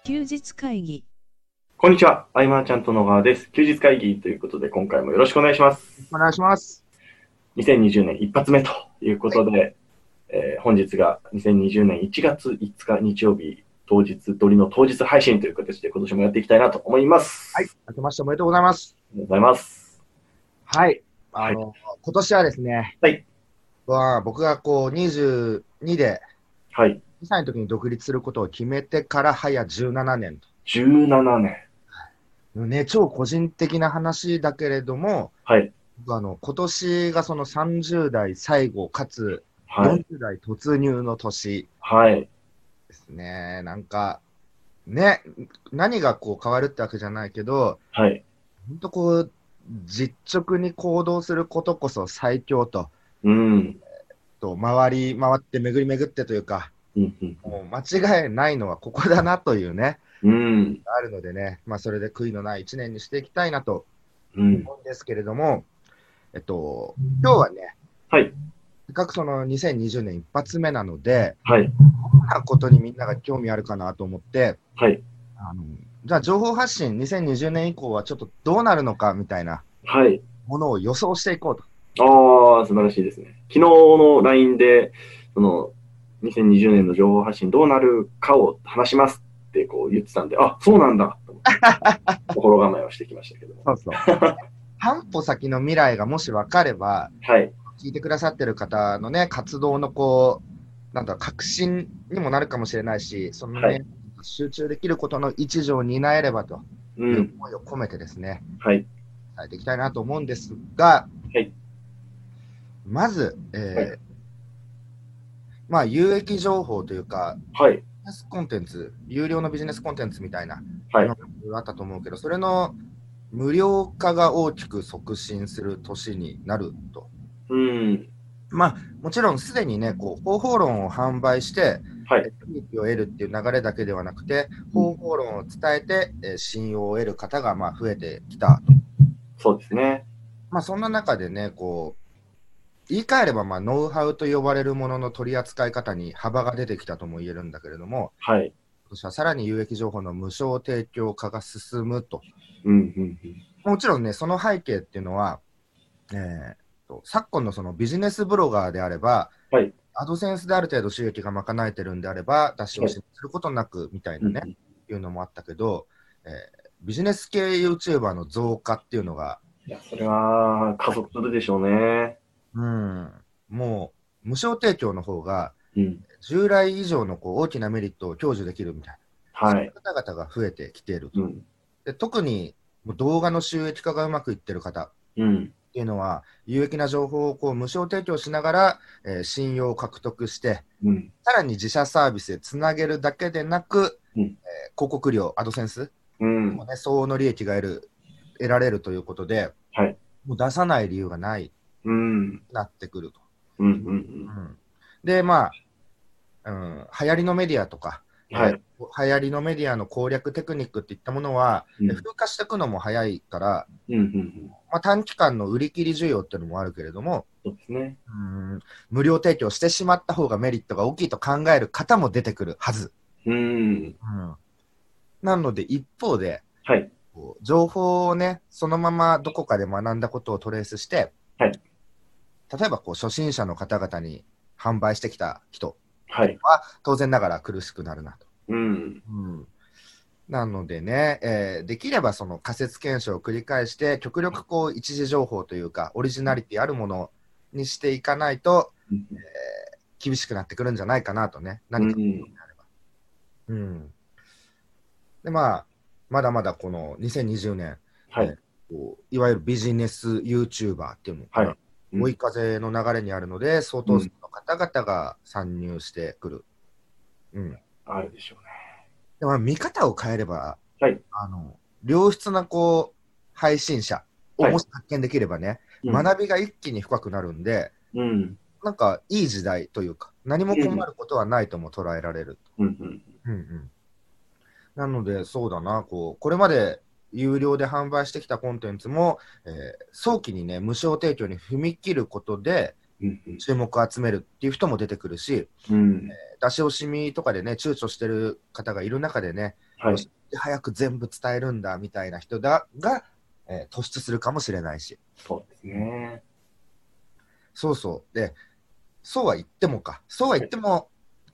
休日会議。 こんにちは、アイマーちゃんと野川です。休日会議ということで、今回もよろしくお願いします。 お願いします。 2020年一発目ということで、本日が2020年1月5日日曜日、当日、撮りの当日配信という形で今年もやっていきたいなと思います。 はい、明けましておめでとうございます。 ありがとうございます。 はい。 はい今年はですね、 はい。 僕が22で、 はい。 2歳の時に独立することを決めてから早17年と。 17年。 ね、超個人的な話だけれども、 はい。 今年がその30代最後かつはい。 40代突入の年はい。 ですね。なんか、ね、何がこう変わるってわけじゃないけど、 はい。 本当こう、実直に行動することこそ最強と。 うん。 回って巡り巡ってというか、 うん。 もう間違いないのはここだなというね、 うん。 あるのでね、それで悔いのない1年にしていきたいなとうん。 思うんですけれども、今日はね、 はい。 せっかくその2020年一発目なので、 はい。 どんなことにみんなが興味あるかなと思って、 はい。 じゃあ情報発信、2020年以降はちょっとどうなるのかみたいなはい。 ものを予想していこうと。 ああ、素晴らしいですね。昨日の LINE で、2020年の情報発信どうなるかを話しますってこう言ってたんで、あ、そうなんだと思って、心構えをしてきましたけども。 そうそう。半歩先の未来がもし分かれば、 はい。 聞いてくださってる方のね、活動の革新にもなるかもしれないし、そのね、 はい。 集中できることの一助を担えればといううん。 思いを込めてですね、 はい。 伝えていきたいなと思うんですが、 はい。 まず、 はい。 有益情報というか、 はい。 ビジネスコンテンツ、有料のビジネスコンテンツみたいなはい。 のがあったと思うけど、それの無料化が大きく促進する年になると。 うん。 もちろんすでにね、方法論を販売して、 はい。 利益を得るっていう流れだけではなくて、方法論を伝えて、信用を得る方が増えてきた。 そうですね。 そんな中でね、言い換えればノウハウと呼ばれるものの取り扱い方に幅が出てきたとも言えるんだけれども、 はい。 今年はさらに有益情報の無償提供化が進むと。 うん。 もちろんね、その背景っていうのは、昨今のそのビジネスブロガーであれば、 はい。 アドセンスである程度収益が賄えてるんであれば、出し惜しみすることなくみたいなね、いうのもあったけど、ビジネス系 YouTuber の増加っていうのが、 いや、それは加速するでしょうね。 もう無償提供の方が、 うん。 従来以上の大きなメリットを享受できるみたいな、 はい。 そういう方々が増えてきていると。 うん。 で特にもう動画の収益化がうまくいってる方うん。 っていうのは、有益な情報を無償提供しながら、信用を獲得して、 うん。 さらに自社サービスへつなげるだけでなく、 うん。 広告料、アドセンスうんもね、相応の利益が得られるということで、 はい。 もう出さない理由がないうん。 なってくると。 うん。 で、流行りのメディアとか、 はい。 流行りのメディアの攻略テクニックっていったものは、風化していくのも早いから、短期間の売り切り需要っていうのもあるけれども、 そうですね。 無料提供してしまった方がメリットが大きいと考える方も出てくるはず。なので、一方で、 はい。 情報をね、そのままどこかで学んだことをトレースして、 はい。 例えば初心者の方々に販売してきた人はい。 は当然ながら苦しくなるなと。 うん。 なのでね、できればその仮説検証を繰り返して、極力一時情報というか、オリジナリティあるものにしていかないと、厳しくなってくるんじゃないかなとね、何か興味あれば。で、まだまだこの2020年、 はい。 いわゆるビジネス YouTuber っていうのかな、追い風の流れにあるので、相当数の方々が参入してくる。 あるでしょうね。 でも見方を変えれば、 はい。 良質な配信者をもし発見できればね、学びが一気に深くなるんで、なんかいい時代というか、何も困ることはないとも捉えられる。なので、そうだな、これまで有料で販売してきたコンテンツも、早期にね、無償提供に踏み切ることで、注目を集めるっていう人も出てくるし、出し惜しみとかでね、躊躇してる方がいる中でね、 はい。 早く全部伝えるんだみたいな人が、突出するかもしれないし。 そうですね。 そうそう。で、そうは言ってもか。そうは言っても、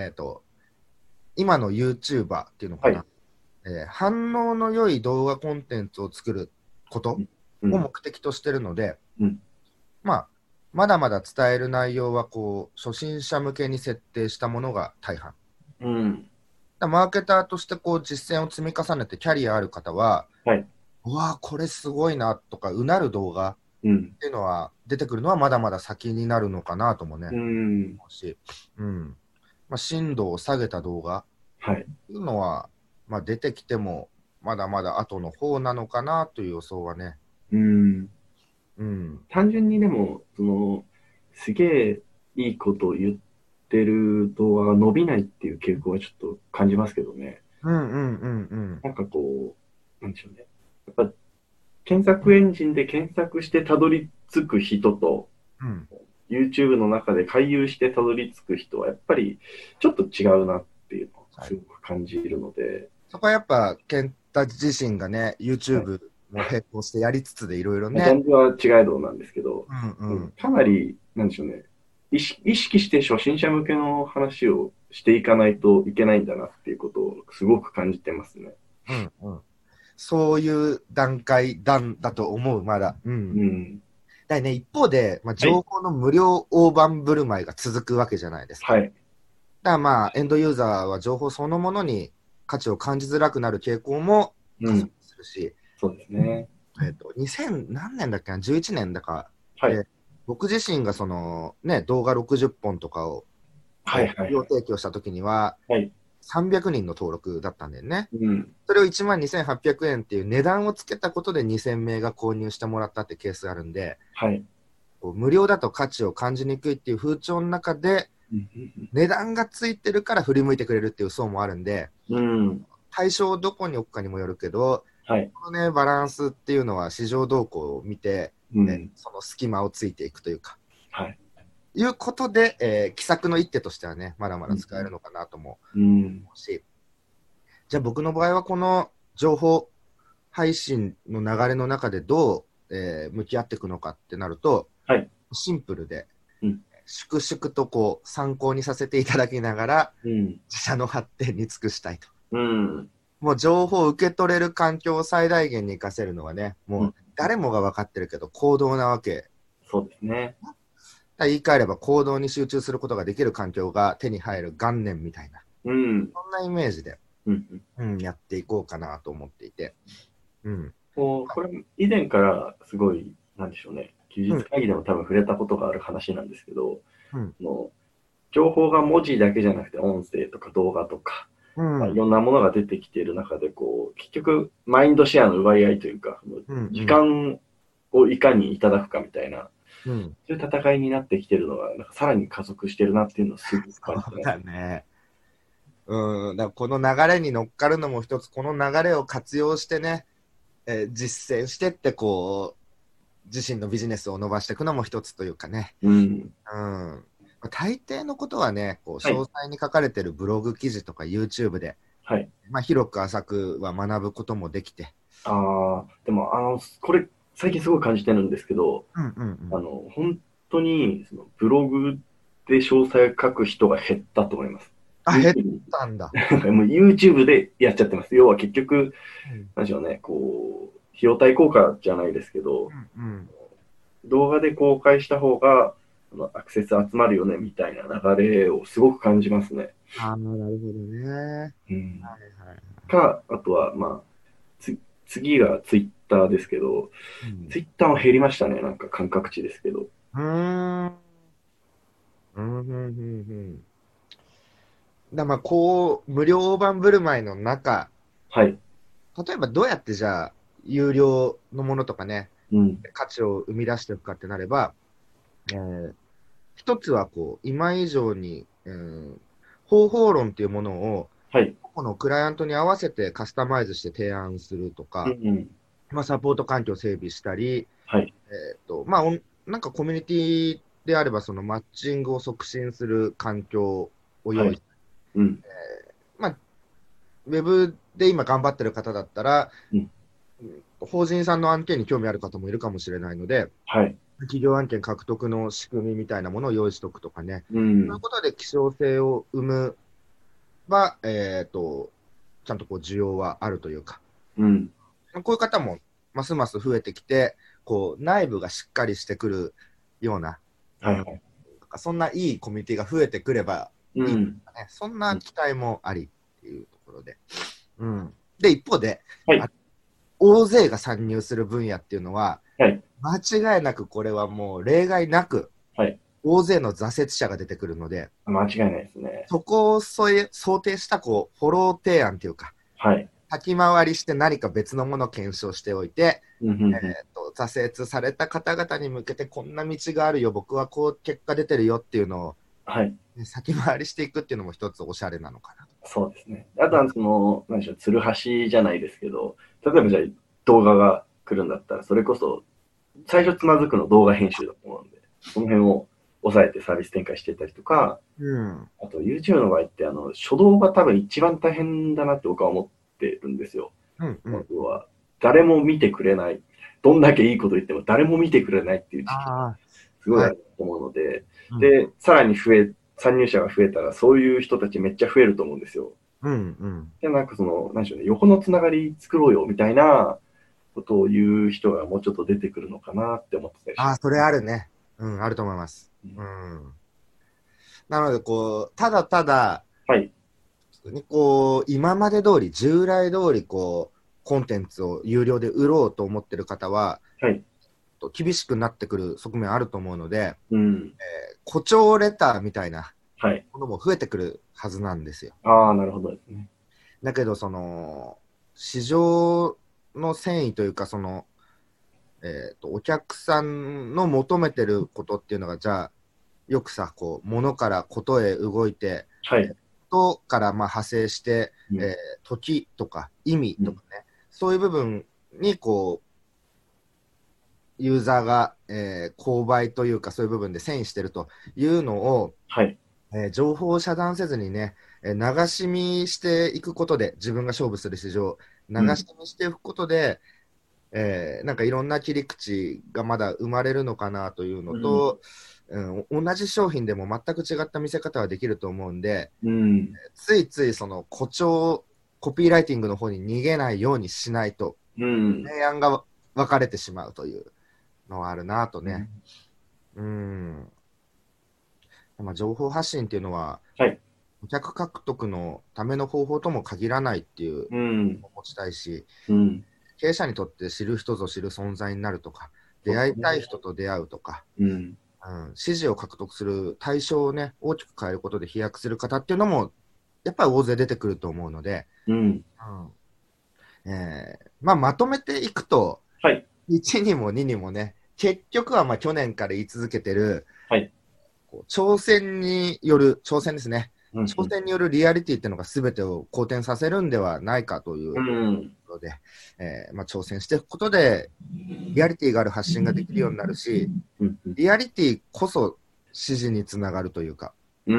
今の YouTuber っていうのかはい。 な。反応の良い動画コンテンツを作ることうん。 を目的としてるので、 うん。 まあ、まだまだ伝える内容はこう初心者向けに設定したものが大半。 うん。 マーケターとしてこう実践を積み重ねてキャリアある方は、 はい。 うわー、これすごいなとか、うなる動画っうん。 ていうのは出てくるのはまだまだ先になるのかなともね、 うん。 思うし、深度を下げた動画はい。 っていうのは、出てきてもまだまだ後の方なのかなという予想はね。 うん。 うん。 単純にでも、すげえいいことを言ってる動画が伸びないっていう傾向はちょっと感じますけどね。 うんうんうんうん。 なんかこう、なんでしょうね。やっぱ検索エンジンで検索してたどり着く人と、 うん。 YouTube の中で回遊してたどり着く人は、やっぱりちょっと違うなっていうのをはい、 すごく感じるので、 そこはやっぱ、健太自身がね、 はい、 YouTube も並行してやりつつでいろいろジャね。 ンルは違いどなんですけど、 うんうん。 かなり、なんでしょうね、意識して初心者向けの話をしていかないといけないんだなっていうことをすごく感じてますね。 うんうん。そういう段だと思う、まだ。うん。 うん。 だね、一方で、 はい。 情報の無料大盤振る舞いが続くわけじゃないですか。 はい。 だからエンドユーザーは情報そのものに価値を感じづらくなる傾向も加速うん。 するし、 そうですね。 2000何年だっけな、11年だかはい。 で、僕自身がその、ね、動画60本とかをはい。はい。 無料提供したときには、 はい。 300人の登録だったんだよね。 うん。 それを12,800円っていう値段をつけたことで2000名が購入してもらったってケースがあるんで、 はい。 こう無料だと価値を感じにくいっていう風潮の中で、値段がついてるから振り向いてくれるっていう層もあるんで、 うん。 対象をどこに置くかにもよるけど、 はい。 このね、バランスっていうのは市場動向を見て、 うん。 その隙間をついていくというか、 はい。 いうことで、奇策の一手としてはね、まだまだ使えるのかなともうん。 思うし、じゃあ僕の場合はこの情報配信の流れの中でどう、向き合っていくのかってなると、 はい。 シンプルで、 うん。 粛々とこう参考にさせていただきながら、 うん。 自社の発展に尽くしたいと。 うん。 もう情報を受け取れる環境を最大限に活かせるのはね、 うん。 もう誰もが分かってるけど行動なわけ。 そうですね。 言い換えれば行動に集中することができる環境が手に入る元年みたいな、 うん。 そんなイメージで、 うん。 やっていこうかなと思っていて。うん。 これ、以前からすごい、なんでしょうね。休うん。 日会議でも多分触れたことがある話なんですけど、 うん。 の情報が文字だけじゃなくて音声とか動画とか、 うん。 いろんなものが出てきている中で、こう、結局、マインドシェアの奪い合いというか、 うん。 時うん。 間をいかにいただくかみたいな、 うん。 そういう戦いになってきてるのが、なんかさらに加速してるなっていうのをすごく感じそうてます。 だね。だからこの流れに乗っかるのも一つ、この流れを活用してね、実践してってこう、自身のビジネスを伸ばしていくのも一つというかね。 うん。 大抵のことはね、こうはい。 詳細に書かれてるブログ記事とか YouTube で、 はい。 広く浅くは学ぶこともできて。 でも、これ、最近すごい感じてるんですけど、 うんうんうん。 本当に、ブログで詳細を書く人が減ったと思います。 あ、減っ YouTube たんだ。 もう YouTube でやっちゃってます。要は結局、 うん。 なんでしょうね、こう、費用対効果じゃないですけど、 うんうん。 動画で公開した方が、アクセス集まるよね、みたいな流れをすごく感じますね。 ああ、なるほどね。はいうん。 はい。 あとは、次がツイッターですけど、 うん。 ツイッターも減りましたね、なんか感覚値ですけど。 うーん。うん、うん、うん、うん。こう、無料大盤振る舞いの中、 はい。 例えばどうやってじゃあ、有料のものとかね、 うん。 価値を生み出していくかってなれば、一つはこう、今以上に、方法論っていうものを、 はい。 このクライアントに合わせてカスタマイズして提案するとか、 うんうん。 サポート環境を整備したり、 はい。 なんかコミュニティであれば、そのマッチングを促進する環境をはい。 用意、 うん。 まあ、ウェブで今頑張ってる方だったら、 うん法人さんの案件に興味ある方もいるかもしれないので、 はい。 企業案件獲得の仕組みみたいなものを用意しておくとかね、 うそういん。 うことで希少性を生むは、ちゃんとこう需要はあるというか、 うん。 こういう方もますます増えてきて、こう内部がしっかりしてくるような、うん、 はいはい。 そんないいコミュニティが増えてくればいいとうん。 かね、そんな期待もありっていうところで。うん、で、一方で、 はい。 大勢が参入する分野っていうのは、 はい。 間違いなくこれはもう例外なく、 はい。 大勢の挫折者が出てくるので、 間違いないですね。 そこを想定したこうフォロー提案というか、 はい。 先回りして何か別のものを検証しておいて、 うんうんうん。 挫折された方々に向けてこんな道があるよ、僕はこう結果出てるよっていうのを、 はい。 ね、先回りしていくっていうのも一つおしゃれなのかな。 そうですね。あとは、何でしょう、ツルハシじゃないですけど、例えばじゃあ動画が来るんだったら、それこそ、最初つまずくの動画編集だと思うんで、その辺を抑えてサービス展開していったりとか、 うん。 あと YouTube の場合って、初動が多分一番大変だなって僕は思ってるんですよ。 うんうん。 要は、誰も見てくれない。どんだけいいこと言っても誰も見てくれないっていう時期がああ、 すごいあはい。 ると思うので、 うん。 で、さらに参入者が増えたら、そういう人たちめっちゃ増えると思うんですよ。 うんうん。 で、なんかなんでしょうね、横のつながり作ろうよみたいなことを言う人がもうちょっと出てくるのかなって思ってたりしああ、 ます。 それあるね。うん、あると思います。うん。なので、こう、ただただ、 はい。 こう、今まで通り、従来通り、こう、コンテンツを有料で売ろうと思ってる方は、 はい。 厳しくなってくる側面あると思うので、 うん。 誇張レターみたいなはい。 ものも増えてくるはずなんですよ。 ああ、なるほどですね。 だけど、市場の繊維というか、お客さんの求めてることっていうのが、じゃあ、よくさ、こう、物からことへ動いて、 はい。 ことからまあ派生して、 うん。 時とか意味うん。 とかね、そういう部分にこう、ユーザーが、購買というか、そういう部分で遷移してるというのを、 はい。 情報を遮断せずにね、流し見していくことで、自分が勝負する市場、流うん。 し見していくことで、なんかいろんな切り口がまだ生まれるのかなというのうん。 と、同じ商品でも全く違った見せ方はできると思うんで、 うん。 ついついその誇張、コピーライティングの方に逃げないようにしないと、 うん。 明暗が分かれてしまうというのはあるなとね。うん。まあ、情報発信っていうのは、 はい。 顧客獲得のための方法とも限らないっていううん。 持ちたいし、 うん。 経営者にとって知る人ぞ知る存在になるとか、出会いそうですね。 たい人と出会うとか、 うん。 支持を獲得する対象をね、大きく変えることで飛躍する方っていうのも、やっぱり大勢出てくると思うので、 うん。 まあ、まとめていくと、 はい。 1にも2にもね、結局はまあ去年から言い続けてる、 はい。 こう挑戦ですね。 うん。 挑戦によるリアリティっていうのが全てを好転させるんではないかといううん。 ところで、まあ、挑戦していくことで、リアリティがある発信ができるようになるし、 うん。 リアリティこそ支持につながるというか、 うん。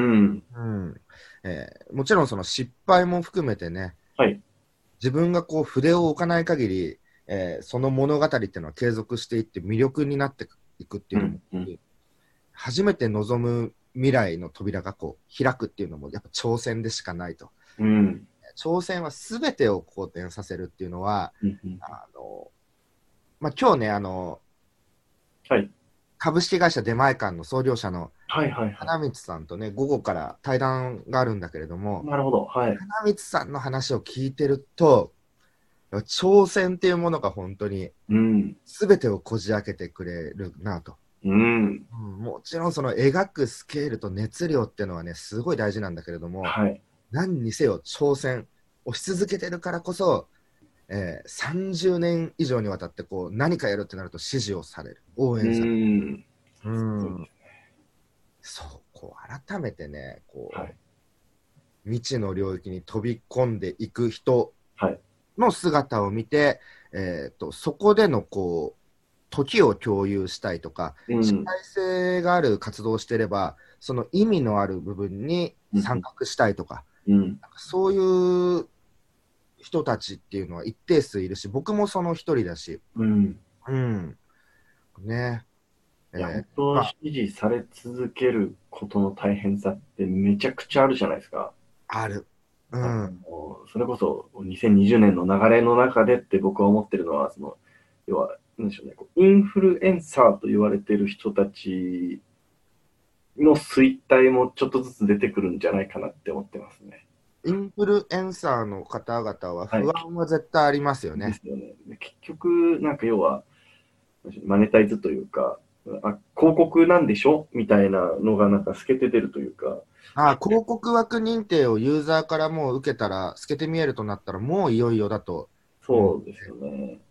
もちろんその失敗も含めてね、 はい。 自分がこう筆を置かない限り、その物語っていうのは継続していって魅力になっていくっていうのも、 うん。うん。 初めて望む未来の扉がこう開くっていうのもやっぱ挑戦でしかないと。 うん。 挑戦は全てを好転させるっていうのは、 うん。 あのまあ、今日ね、 はい。 株式会社出前館の創業者のはいはいはい。 花光さんとね、午後から対談があるんだけれども、 なるほど。はい。 花光さんの話を聞いてると、挑戦っていうものが本当にうん。 全てをこじ開けてくれるなと。 うん。 もちろんその描くスケールと熱量っていうのはね、すごい大事なんだけれども、 はい。 何にせよ挑戦をし続けてるからこそ、30年以上にわたってこう何かやるってなると支持をされる、応う援される。 ん。 うそうでん、 す。 そう、こう改めてね、 はい。 未知の領域に飛び込んでいく人はい。 の姿を見て、そこでのこう時を共有したいとか、主うん。 体性がある活動をしていれば、その意味のある部分に参画したいとか、 うん。 そういう人たちっていうのは一定数いるし、僕もその一人だし、 うん。 ね。 いや、本当、支持され続けることの大変さってめちゃくちゃあるじゃないですか。 ある。 それこそ2020年の流れの中でって僕は思ってるのは、要は、なんでしょうね、インフルエンサーと言われてる人たちの衰退もちょっとずつ出てくるんじゃないかなって思ってますね。 インフルエンサーの方々は不安は絶対ありますよね。 ですよね。結局、なんか要は、マネタイズというか、広告なんでしょみたいなのがなんか透けて出るというか。 広告枠認定をユーザーからもう受けたら、透けて見えるとなったら、もういよいよだと。 そうですよね。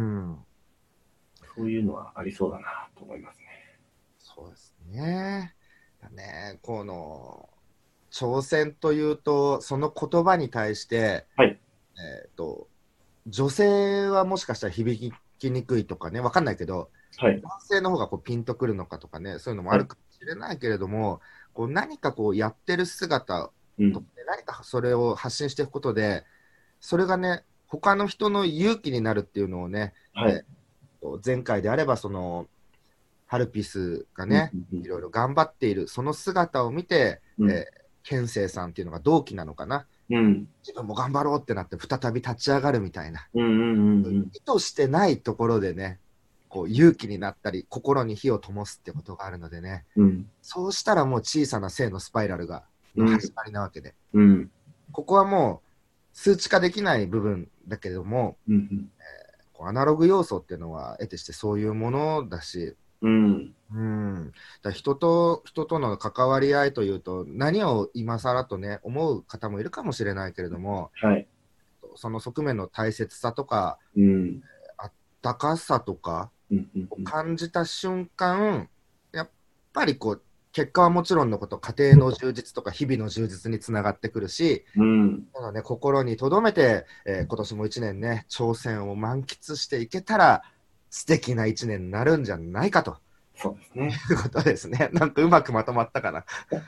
そういうのはありそうだなと思いますね。 そうですね。この、挑戦というと、その言葉に対して、 はい。 女性はもしかしたら響きにくいとかね、わかんないけど、 はい、 男性の方がピンとくるのかとかね、そういうのもあるかもしれないけれども、何かやってる姿とか、何かそれを発信していくことで、それがね、他の人の勇気になるっていうのをね、前回であればハルピスがね、いろいろ頑張っている、その姿を見て、健生さんっていうのが同期なのかな、自分も頑張ろうってなって再び立ち上がるみたいな、意図してないところでね、勇気になったり心に火を灯すってことがあるのでね、そうしたらもう小さな正のスパイラルが始まりなわけで、ここはもう数値化できない部分だけども、アナログ要素っていうのは得てしてそういうものだし、だ人と人との関わり合いというと、何を今更とね思う方もいるかもしれないけれども、その側面の大切さとか、あったかさとか感じた瞬間、やっぱり結果はもちろんのこと、家庭の充実とか日々の充実につながってくるし、心に留めて、今年も1年ね、挑戦を満喫していけたら素敵な1年になるんじゃないかと。 そうですね。 ということですね。なんかうまくまとまったかな。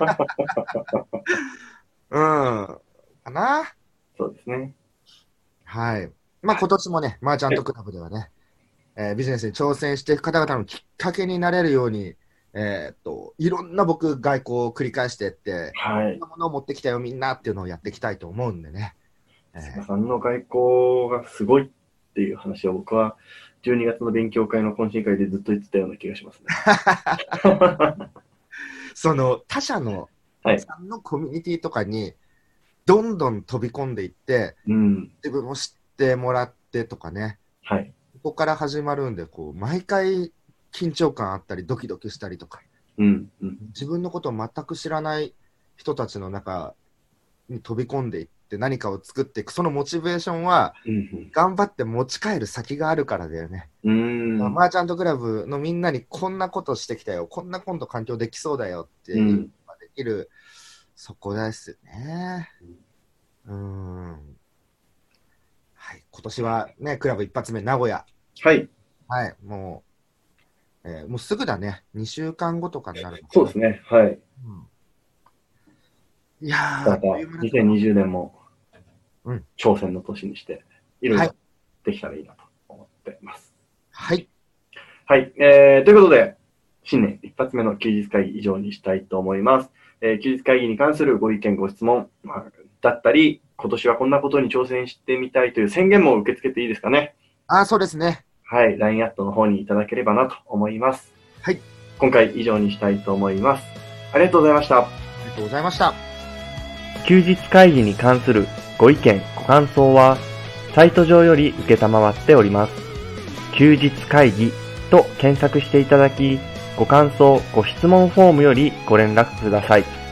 かな。 そうですね。 はい。今年もね、マーチャントクラブではね、ビジネスに挑戦していく方々のきっかけになれるように、いろんな僕、外交を繰り返していって、いろんなものを持ってきたよ、みんなっていうのをやっていきたいと思うんでね。 菅さんの外交がすごいっていう話は、僕は12月の勉強会の懇親会でずっと言ってたような気がしますね。 その他社の、さんのコミュニティとかにどんどん飛び込んでいって、自分を知ってもらってとかね、ここから始まるんで、毎回緊張感あったりドキドキしたりとか、自分のことを全く知らない人たちの中に飛び込んでいって何かを作っていく、そのモチベーションは頑張って持ち帰る先があるからだよね。マーチャントクラブのみんなにこんなことしてきたよ、こんな今度環境できそうだよっていうのができる、そこですね。はい、今年はね、クラブ一発目名古屋。もうすぐだね。2週間後とかになるのかな。 そうですね。 いやー、2020年も挑戦の年にして、いろいろできたらいいなと思っています。ということで、新年一発目の休日会議以上にしたいと思います。休日会議に関するご意見、ご質問、だったり、今年はこんなことに挑戦してみたいという宣言も受け付けていいですかね。 そうですね。 LINE アットの方にいただければなと思います。今回以上にしたいと思います。ありがとうございました。 ありがとうございました。 休日会議に関するご意見、ご感想は、サイト上より受けたまわっております。休日会議と検索していただき、ご感想、ご質問フォームよりご連絡ください。